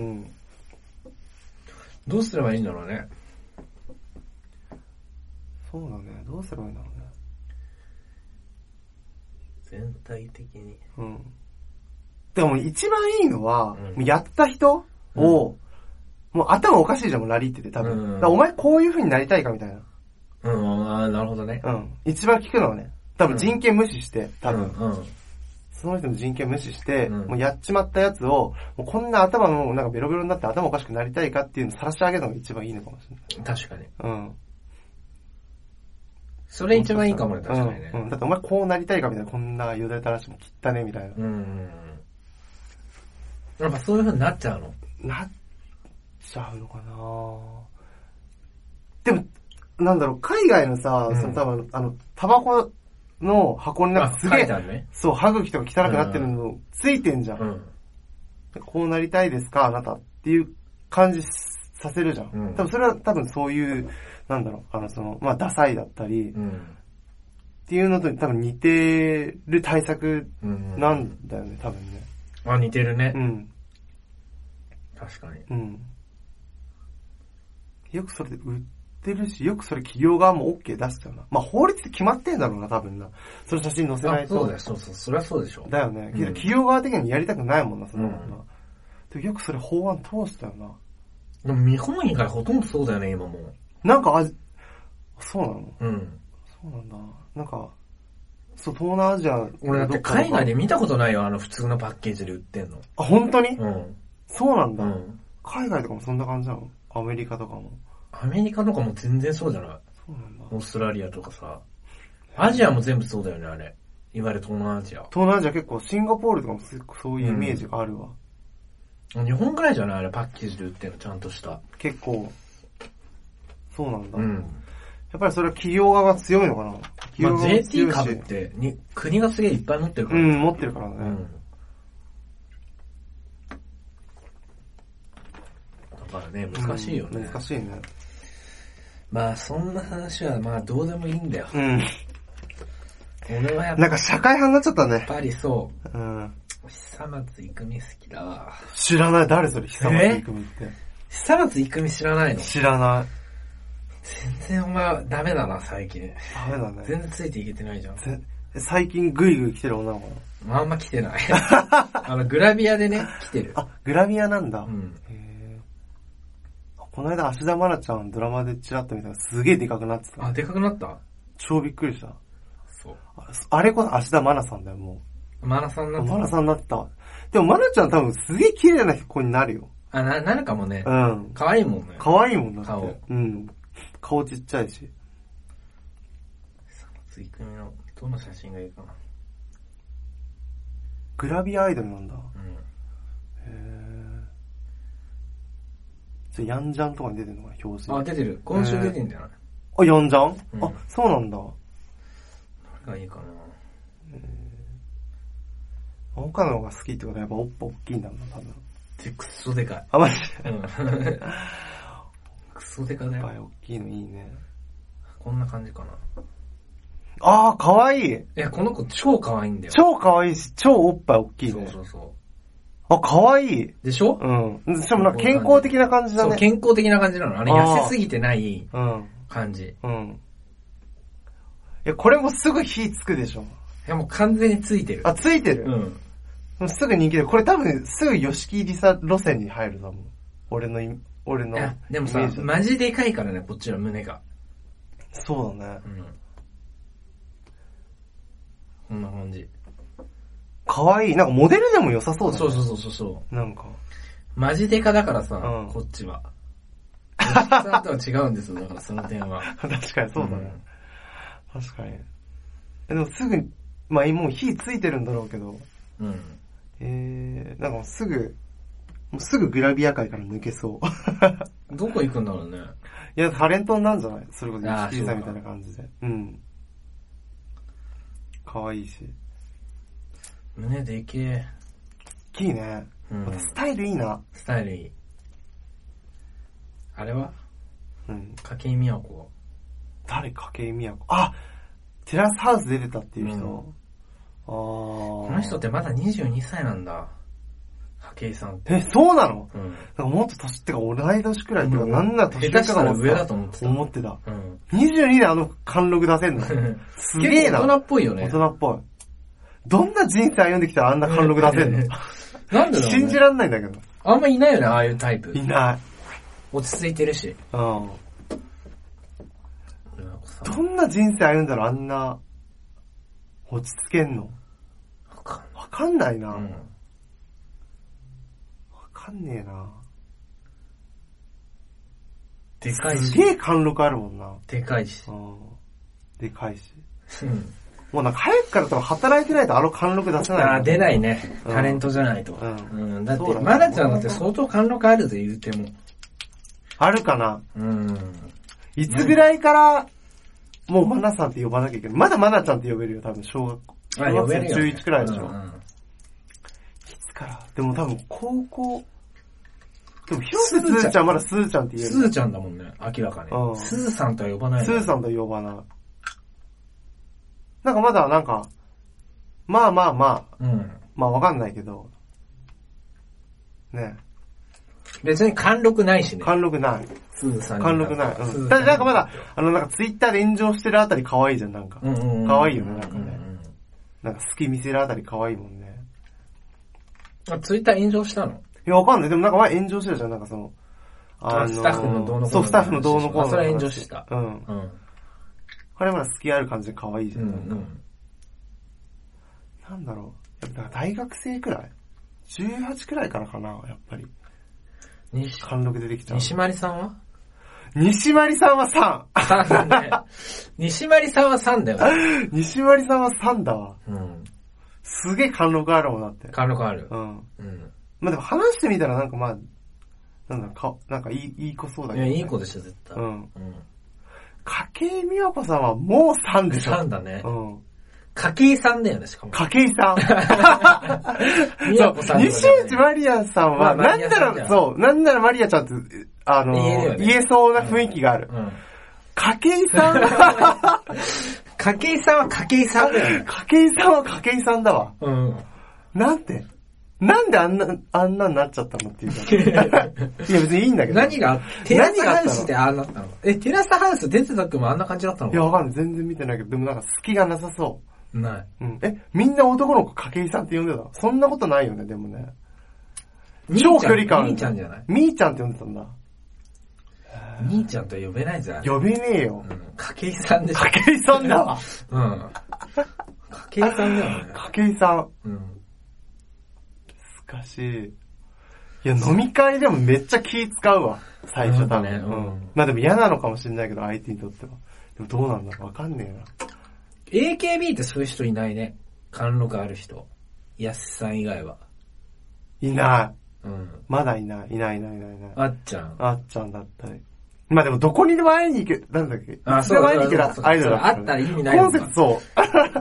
どうすればいいんだろうね。 そうだね。どうすればいいんだろうね。 全体的に。 でも一番いいのは、やった人を、もう頭おかしいじゃん、もうラリってて多分。お前こういう風になりたいかみたいな。 なるほどね。 一番聞くのはね、多分人権無視して、多分。その人の人権無視して、もうやっちまったやつを、もうこんな頭のなんかベロベロになって頭おかしくなりたいかっていうのを晒し上げるのが一番いいのかもしれない。 確かに。それ一番いいかもね、確かにね。 だってお前こうなりたいかみたいな、こんなよだれたらしも切ったねみたいな。 やっぱそういう風になっちゃうの？ なっちゃうのかな。でも、 なんだろう、海外のさ、その多分、タバコの箱になんかすげえ、 ね、 そう、歯茎とか汚くなってるのついてんじゃん。こうなりたいですかあなたっていう感じさせるじゃん。多分それは多分そういう、なんだろう、まあ、ダサいだったり、っていうのと多分似てる対策なんだよね、多分ね。 あ、似てるね。確かに。 よくそれで売ってるし、よくそれ企業側も OK 出したよな。まあ法律で決まってんだろうな、多分な。その写真載せないと。 そうだよ、そう。そりゃそうでしょ。 だよね。企業側的にやりたくないもんな、そのもんな。でもよくそれ法案通したよな。 でも日本以外ほとんどそうだよね、今もう。 なんかそうなの？そうなんだ。なんか、そう、東南アジア。 俺だって海外で見たことないよ、普通のパッケージで売ってんの。 あ、本当に？そうなんだ。海外とかもそんな感じなの？アメリカとかも。 アメリカとかも全然そうじゃない？ そうなんだ。 オーストラリアとかさ。アジアも全部そうだよね、あれ。いわゆる東南アジア。 東南アジア結構、シンガポールとかもそういうイメージがあるわ。 日本ぐらいじゃないあれ、パッケージで売ってんの、ちゃんとした。 結構、そうなんだ。やっぱりそれは企業側が強いのかな？ まあ、JT 株って国がすげえいっぱい持ってるから。 持ってるからね。 だからね、難しいよね。 難しいね。 まあ、そんな話はまあ、どうでもいいんだよ。俺はやっぱなんか社会派になっちゃったね。 やっぱりそう。久松郁美好きだわ。 知らない、誰それ、久松郁美って。 久松郁美知らないの？ 知らない。 全然お前ダメだな、最近。 ダメだね。 全然ついていけてないじゃん。 最近グイグイ来てる女の子なの？あんま来てない。グラビアでね、来てる。 あ、グラビアなんだ。この間、芦田愛菜ちゃんドラマでチラッと見たらすげえデカくなってた。 あ、デカくなった？ 超びっくりした。 そう。 あれこそ芦田愛菜さんだよ、もう。愛菜さんになった。 愛菜さんになった。でも愛菜ちゃん多分すげえ綺麗な子になるよ。 なるかもね。可愛いもんね。 可愛いもんなって。顔。顔ちっちゃいし。 久松郁美のどの写真がいいかな。 グラビアアイドルなんだ。じゃあヤンジャンとかに出てるのかな、表紙。 あ、出てる。今週出てんじゃない？ あ、ヤンジャン？あ、そうなんだ。どれがいいかな。 岡野の方が好きってことはやっぱおっぱ大きいんだろうな、多分。 クソでかい。 あ、マジで？ クソでかだよ。 おっぱい大きいのいいね。 こんな感じかな。 あー、かわいい。いや、この子超かわいいんだよ。 超かわいいし、超おっぱい大きいね。 そう。 あ、かわいい。 でしょ？ しかもなんか健康的な感じだね。 そう、健康的な感じなの。痩せすぎてない感じ。 いや、これもすぐ火つくでしょ。 いや、もう完全についてる。 あ、ついてる？すぐ人気で、これ多分すぐ吉木りさ路線に入ると思う。俺の。いや、でもさ、マジでかいからね、こっちの胸が。 そうだね。 こんな感じ。 かわいい。なんかモデルでも良さそうだね。 そう。 なんか。 マジデカだからさ、こっちは。吉木さんとは違うんですよ、だからその点は。 確かにそうだね。確かに。でもすぐ、まあもう火ついてるんだろうけど。なんかもうすぐグラビア界から抜けそう。 どこ行くんだろうね。 いや、タレントなんじゃない？それこそ吉木さんみたいな感じで。かわいいし。 胸でけえ。 大きいね。スタイルいいな。 スタイルいい。あれは？筧美和子。 誰？筧美和子。あ、テラスハウス出てたっていう人。 この人ってまだ22歳なんだ。筧さんって。 そうなの？なんかもっと年ってか同い年くらいとか、なんなら年下手したら上だと思ってた。22であの貫禄出せんの？すげえな。 大人っぽいよね。 大人っぽい。どんな人生歩んできたらあんな貫禄出せんの？ なんでだろうね。 信じらんないんだけど。 あんまいないよね、ああいうタイプ。 いない。 落ち着いてるし。 どんな人生歩んだらあんな落ち着けんの？わかんないな。わかんねえな。 でかいし。 すげえ貫禄あるもんな。 でかいし。 でかいし。もうなんか早くから多分働いてないとあの貫禄出せない。 出ないね。タレントじゃないと。だって、マナちゃんだって相当貫禄あるぜ、言うても。 あるかな？ いつぐらいから、もうマナさんって呼ばなきゃいけない。まだマナちゃんって呼べるよ、多分、小学校。小学生中1くらいでしょ。いつから？でも多分、高校、でも、広瀬すずちゃんまだすずちゃんって言える。 すずちゃんだもんね、明らかに。すずさんとは呼ばない。 すずさんとは呼ばない。なんかまだなんか、まあ、まあわかんないけど、ね。 別に貫禄ないしね。 貫禄ない。 すずさんに。 貫禄ない。うん。だなんかまだ、なんかツイッターで炎上してるあたり可愛いじゃん、なんか。可愛いよね、なんかね。なんか好き見せるあたり可愛いもんね。 あ、ツイッター炎上したの？ いや、わかんない。でもなんか前炎上してるじゃん、なんかその、 スタッフのどうのこうの。 そう、スタッフのどうのこうの。 それ炎上した。 うん。あれまだ好きある感じで可愛いじゃん。なんだろう。やっぱ大学生くらい ?18 くらいからかな、やっぱり。貫禄出てきちゃう。 西まりさんは西まりさんは3。 3だね。西まりさんは3だよ。 西まりさんは3だわ。すげえ貫禄あるもんだって。 貫禄ある。 まあでも話してみたらなんかまあ、なんかいい子そうだけど、 ね。いい子でしょ、絶対。 筧美和子さんはもう3でしょ。 3だね。筧さんだよね、しかも。 筧さん。 美和子さん。 西内まりやさんは、なんならまりやちゃんって、言えそうな雰囲気がある。筧さんは、 筧さんは筧さんだよね。 筧さんは筧さんだわ。なんであんなになっちゃったのっていうか。いや別にいいんだけど。 何がテラスハウスでああなったの？テラスハウス出てた時もあんな感じだったの？ いやわかんない。全然見てないけど、でもなんか隙がなさそう。 ない。 みんな男の子筧さんって呼んでた？そんなことないよね、でもね。超距離感ある。 みーちゃんじゃない？ みーちゃんって呼んでたんだ。 みーちゃんとは呼べないじゃん。 呼べねえよ。 筧さんでしょ。 筧さんだわ。 筧さんだよね。 筧さん。難しい。いや、飲み会でもめっちゃ気使うわ。最初多分。まあでも嫌なのかもしれないけど、相手にとっては。でもどうなんだかわかんねえな。AKB ってそういう人いないね。貫禄ある人。やすさん以外は。 いない。まだいない。 あっちゃん。 あっちゃんだったり。まあでもどこにでも会いに行け、なんだっけ。 そう。 会いに行けるアイドルだった。 あったら意味ないコンセプトそう。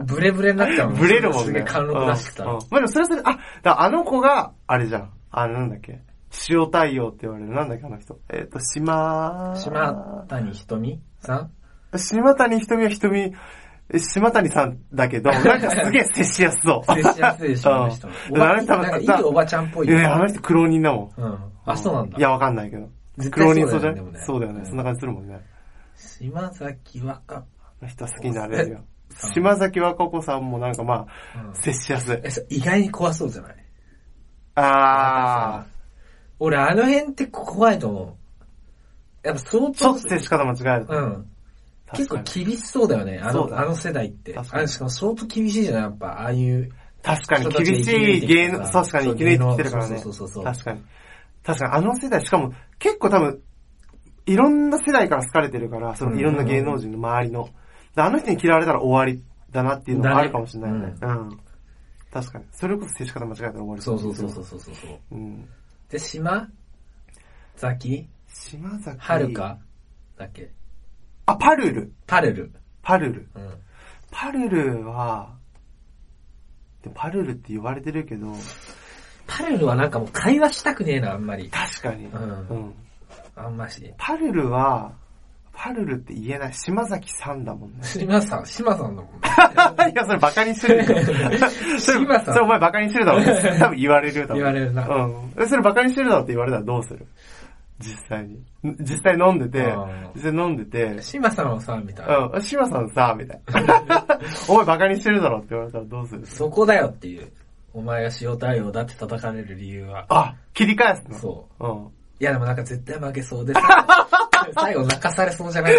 ブレブレになっちゃうもん。 ブレるもんね。 すげえ貫禄出してた。 まあでもそれあの子が、あれじゃん。なんだっけ。塩太陽って言われる。なんだっけあの人。島谷ひとみさん？ 島谷ひとみは島谷さんだけど、なんかすげえ接しやすそう。 接しやすいでしょ、あの人。なんかいいおばちゃんっぽい。 あの人苦労人だもん。あ、そうなんだ。 いや、わかんないけど。苦労人そうじゃない？そうだよね。そんな感じするもんね。 島崎和歌子。 の人好きになれるよ。島崎和歌子さんもなんかまあ、接しやすい。 意外に怖そうじゃない？俺あの辺って怖いと思う。やっぱ相当。 ちょっと接し方間違える。 結構厳しそうだよね、あの世代って。しかも相当厳しいじゃない、やっぱ、ああいう。 確かに厳しい芸能、確かに生き抜いてきてるからね。確かに。あの世代、しかも結構多分、いろんな世代から好かれてるから、そのいろんな芸能人の周りの。あの人に嫌われたら終わりだなっていうのがあるかもしれないね。確かに。それこそ接し方間違えたら終わり。 そう。で、島崎はるかだっけ？ パルル。 パルルは、パルルって言われてるけど、 パルルはなんかもう会話したくねえな、あんまり。 確かに。 あんまし。 パルルって言えない。島崎さんだもんね。 島さんだもんね。 いや、それバカにしてるよ。島さん。それお前バカにしてるだろ。多分言われるよ。 言われるな。 それバカにしてるだろって言われたらどうする？実際飲んでて、 島さんはさ、みたいな。 島さんさ、みたいな。お前バカにしてるだろって言われたらどうする？ そこだよっていう。お前が塩太陽だって叩かれる理由は。 切り返すの？ そう。いやでもなんか絶対負けそうで、最後泣かされそうじゃない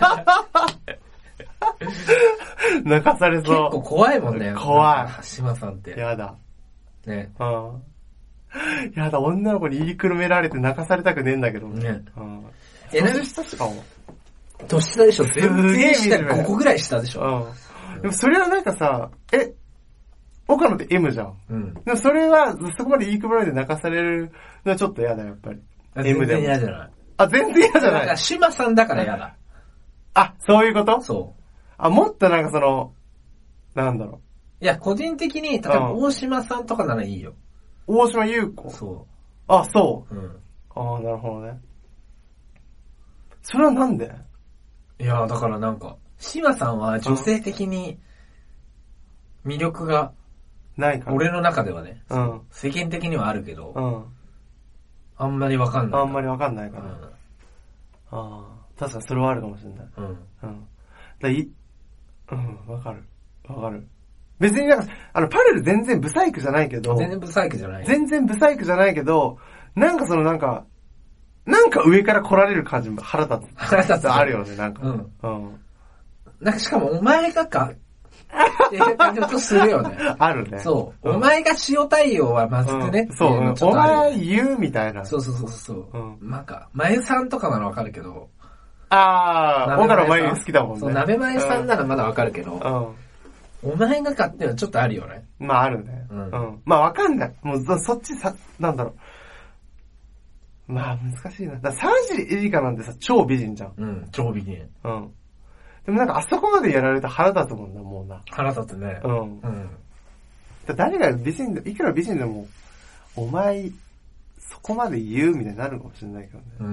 泣かされそう。結構怖いもんね。 怖い。 島さんって。 やだ。 ね。 やだ、女の子に言いくるめられて泣かされたくねえんだけど。ね。年下しかも。 年下でしょ？全然下、5個ぐらい下でしょ？ でもそれはなんかさ、岡野って M じゃん。でもそれは、そこまで言いくるめられて泣かされるのはちょっと嫌だ、やっぱり。 M でも。全然嫌じゃない。 全然嫌じゃない。 島さんだから嫌だ。 あ、そういうこと？ そう。 あ、もっとなんかなんだろう。いや、個人的に、例えば大島さんとかならいいよ。 大島優子？ そう。 あ、そう。 うん。 ああ、なるほどね。それはなんで？ いや、だからなんか、島さんは女性的に魅力が、 ないから。 俺の中ではね、 うん。 世間的にはあるけど、 うん。 あんまりわかんない。 あんまりわかんないから。 うん、 ああ、確かにそれはあるかもしれない。 うん。 うん。わかる。わかる。別になんか、パルル全然ブサイクじゃないけど、 全然ブサイクじゃない。 全然ブサイクじゃないけど、なんかなんか上から来られる感じも腹立つ。 腹立つ。 あるよね、なんか。 うん。うん。なんかしかもお前がか、っていう感じもするよね。 あるね。 そう。お前が塩対応はまずくねっていうのちょっとある、ね。 お前言うみたいな。 そう。なんか、まゆさんとかならわかるけど。 あー、岡野まゆ好きだもんね。 そう、鍋まゆさんならまだわかるけど。お前がかっていうのはちょっとあるよね。 まああるね。まあわかんない。もうそっちなんだろう。まあ難しいな。沢尻エリカなんてさ、超美人じゃん。 うん、超美人。 うん。でもなんかあそこまでやられたら腹立つもんな、もうな。 腹立つね。うん。 誰が美人で、いくら美人でも、お前、そこまで言うみたいになるかもしれないけどね。うん。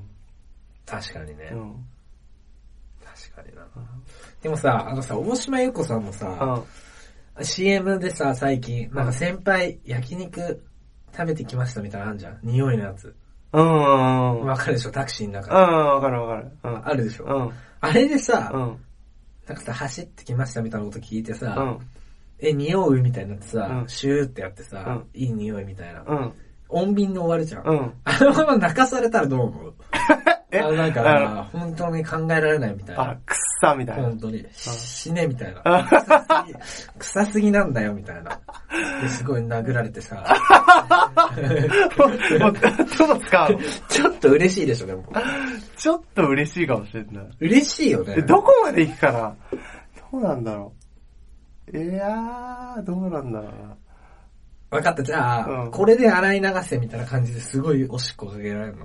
確かにね。確かにな。でもさ、大島優子さんもさ、CM でさ、最近、なんか先輩、焼肉食べてきましたみたいなのあるじゃん。匂いのやつ。わかるでしょ、タクシーの中で。 わかる。 あるでしょ。あれでさ、なんかさ、走ってきましたみたいなこと聞いてさ、匂うみたいになってさ、シューってやってさ、いい匂いみたいな。穏便に終わるじゃん。あのまま泣かされたらどう思う？なんか、本当に考えられないみたいな。 くっさみたいな。 本当に。死ねみたいな。臭すぎなんだよみたいな。ですごい殴られてさ。 ちょっと使うの。 ちょっと嬉しいでしょ、でも。 ちょっと嬉しいかもしれない。 嬉しいよね。 どこまで行くかな？どうなんだろう。どうなんだろうな。 分かった、じゃあ、これで洗い流せみたいな感じですごいおしっこかけられるの。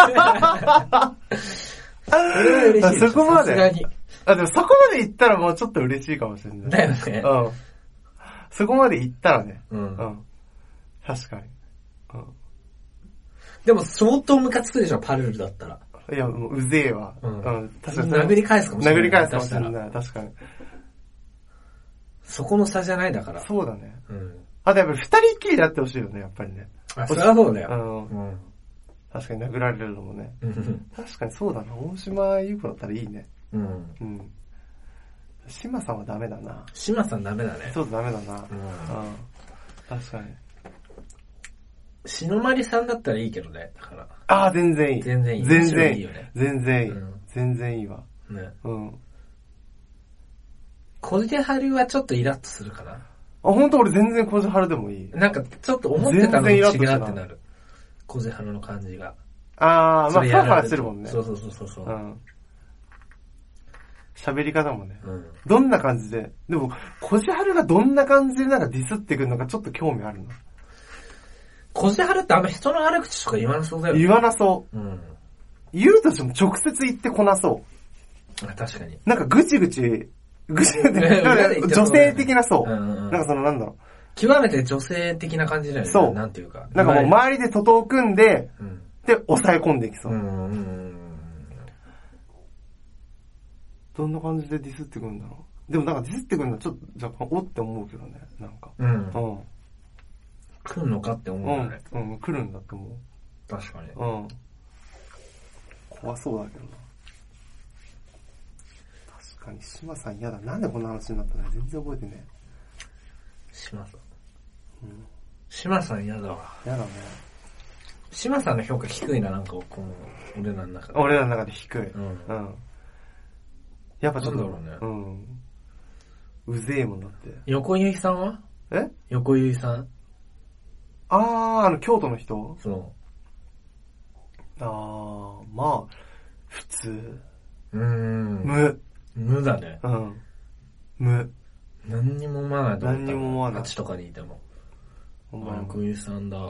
それは嬉しい。 そこまで。 さすがに。 でもそこまで行ったらもうちょっと嬉しいかもしれない。 だよね。 そこまで行ったらね。確かに。 でも相当ムカつくでしょ、パルルだったら。 いや、もううぜえわ。 確かに。殴り返すかもしれない。 殴り返すかもしれない。確かに。 そこの差じゃないだから。 そうだね。でも二人っきりでやってほしいよね、やっぱりね。 そりゃそうだよ。 確かに殴られるのもね。確かにそうだな。大島優子だったらいいね。島さんはダメだな。 島さんダメだね。 そうダメだな。確かに。 篠丸さんだったらいいけどね、だから。 全然いい。 全然いい。 全然いい。 よね。 全然いい。全然いいわ。 ね。小路春はちょっとイラッとするかな。 本当俺全然小路春でもいい。 なんかちょっと思ってたのと違うってなる。小路春の感じが。 まあ、ファーファーしてるもんね。 そう。 喋り方もね。どんな感じで。でも、小路春がどんな感じでなんかディスってくるのかちょっと興味あるな。 小路春ってあんま人の悪口とか言わなそうだよね。 言わなそう。言うとしても直接言ってこなそう。 確かに。 なんかぐちぐち女性的なそう。なんかなんだろう。 極めて女性的な感じだよね。そう。なんていうか。 なんかもう周りで徒党を組んで、で、抑え込んでいきそう。どんな感じでディスってくるんだろう。でもなんかディスってくるのはちょっと若干おって思うけどね。なんか。 来るのかって思うよね。 来るんだって思う。 確かに。 怖そうだけどな。確かに、島さん嫌だ。なんでこんな話になったの？全然覚えてねえ。 島さん。島さん嫌だわ。 嫌だね。 島さんの評価低いな、なんか俺らの中で。 俺らの中で低い。やっぱちょっと、 なんだろうね。 うぜえもんだって。 横井さんは？横井さん？ 京都の人？ そう。 まあ、普通。無だね。 無。 何にも思わないと思った。 何にも思わない。 街とかにいても。横井さんだ。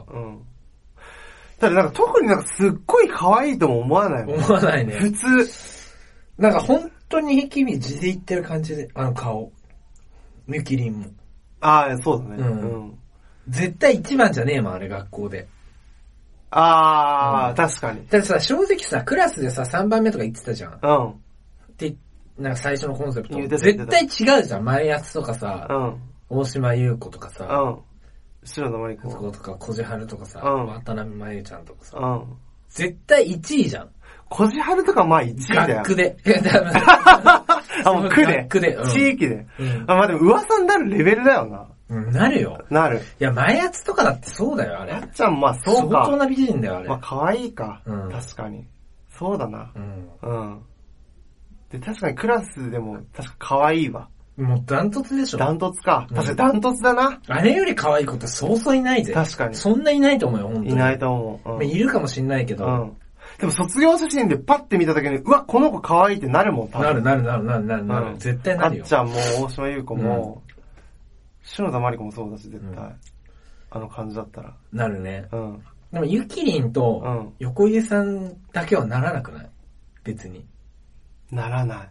ただなんか特になんかすっごい可愛いとも思わないもん。 思わないね。 普通。 なんか本当に君地で言ってる感じで、顔。ミキリンも。 ああ、そうだね。 うん。絶対一番じゃねえもん、あれ学校で。 ああ、確かに。 だってさ、正直さ、クラスでさ、3番目とか言ってたじゃん。 うん。 で、なんか最初のコンセプト。絶対違うじゃん。前安とかさ、うん。大島優子とかさ、 うん。篠田麻里子とか、小路春とかさ、渡辺真由ちゃんとかさ、うん。絶対1位じゃん。 小路春とかまあ1位だよ。 学区で。 もう区で。 区で。 地域で。まあでも噂になるレベルだよな。 なるよ。 なる。 いや、前やつとかだってそうだよ、あれ。 あっちゃん、まあそうか。 相当な美人だよ、あれ。 まあ可愛いか。確かに。そうだな。うん。で、確かにクラスでも確か可愛いわ。 もうダントツでしょ。 ダントツか。確かにダントツだな。 あれより可愛い子ってそうそういないぜ。 確かに。 そんないないと思うよ、本当に。 いないと思う。 いるかもしんないけど。 でも卒業写真でパッて見た時に、うわ、この子可愛いってなるもん、多分。 なる。絶対なるよ。 あっちゃんも、大島優子も、篠田麻里子もそうだし、絶対。あの感じだったら。 なるね。でも、ゆきりんと、横家さんだけはならなくない？別に。ならない。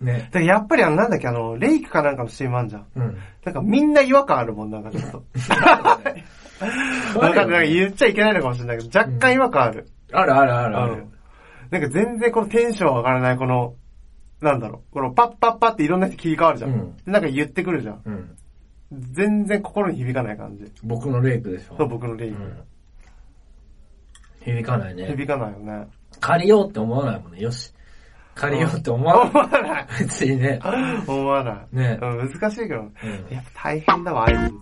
ね。だからやっぱりなんだっけ、レイクかなんかの CM あんじゃん。なんかみんな違和感あるもん、なんかちょっと。なんか言っちゃいけないのかもしれないけど、若干違和感ある。 ある。 なんか全然このテンション上がらない、この、なんだろう、このパッパッパっていろんな人切り替わるじゃん。なんか言ってくるじゃん。全然心に響かない感じ。 僕のレイクでしょ。 そう、僕のレイク。 響かないね。 響かないよね。 借りようって思わないもんね。よし。借りようって思わない。別にね。 思わない。 ね。 難しいけど、やっぱ大変だわ、アイドルって。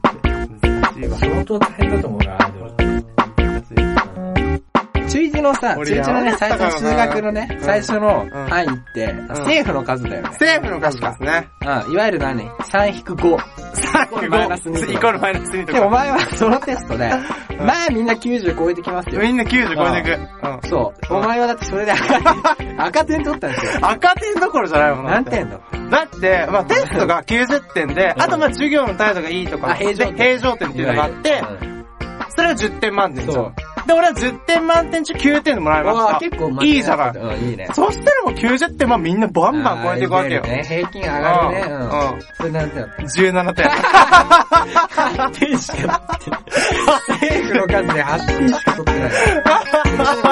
難しいわ。 相当大変だと思うな、アイドル。難しい。中1のさ、中1のね、最初数学のね、最初の範囲って、セーフの数だよね。 セーフの数ですね。 いわゆる何 ?3-5。 3-5。マイナス2。イコールマイナス2とか。 でもお前はそのテストで、まあみんな90超えてきますよ。 みんな90超えていく。 そう。お前はだってそれで赤点取ったんですよ。 赤点どころじゃないもん。 何点だだって、まあテストが90点で、あとまあ授業の態度がいいとか、平常点っていうのがあって、それが10点満点じゃん。で、俺は10点満点中9点でもらいました。 結構いいじゃない。 いいね。 そしたらもう90点はみんなバンバン超えていくわけよ。 平均上がるね。それ何点だった ?17 点。 8点しか取ってない。セーフの数で8点しか取ってない。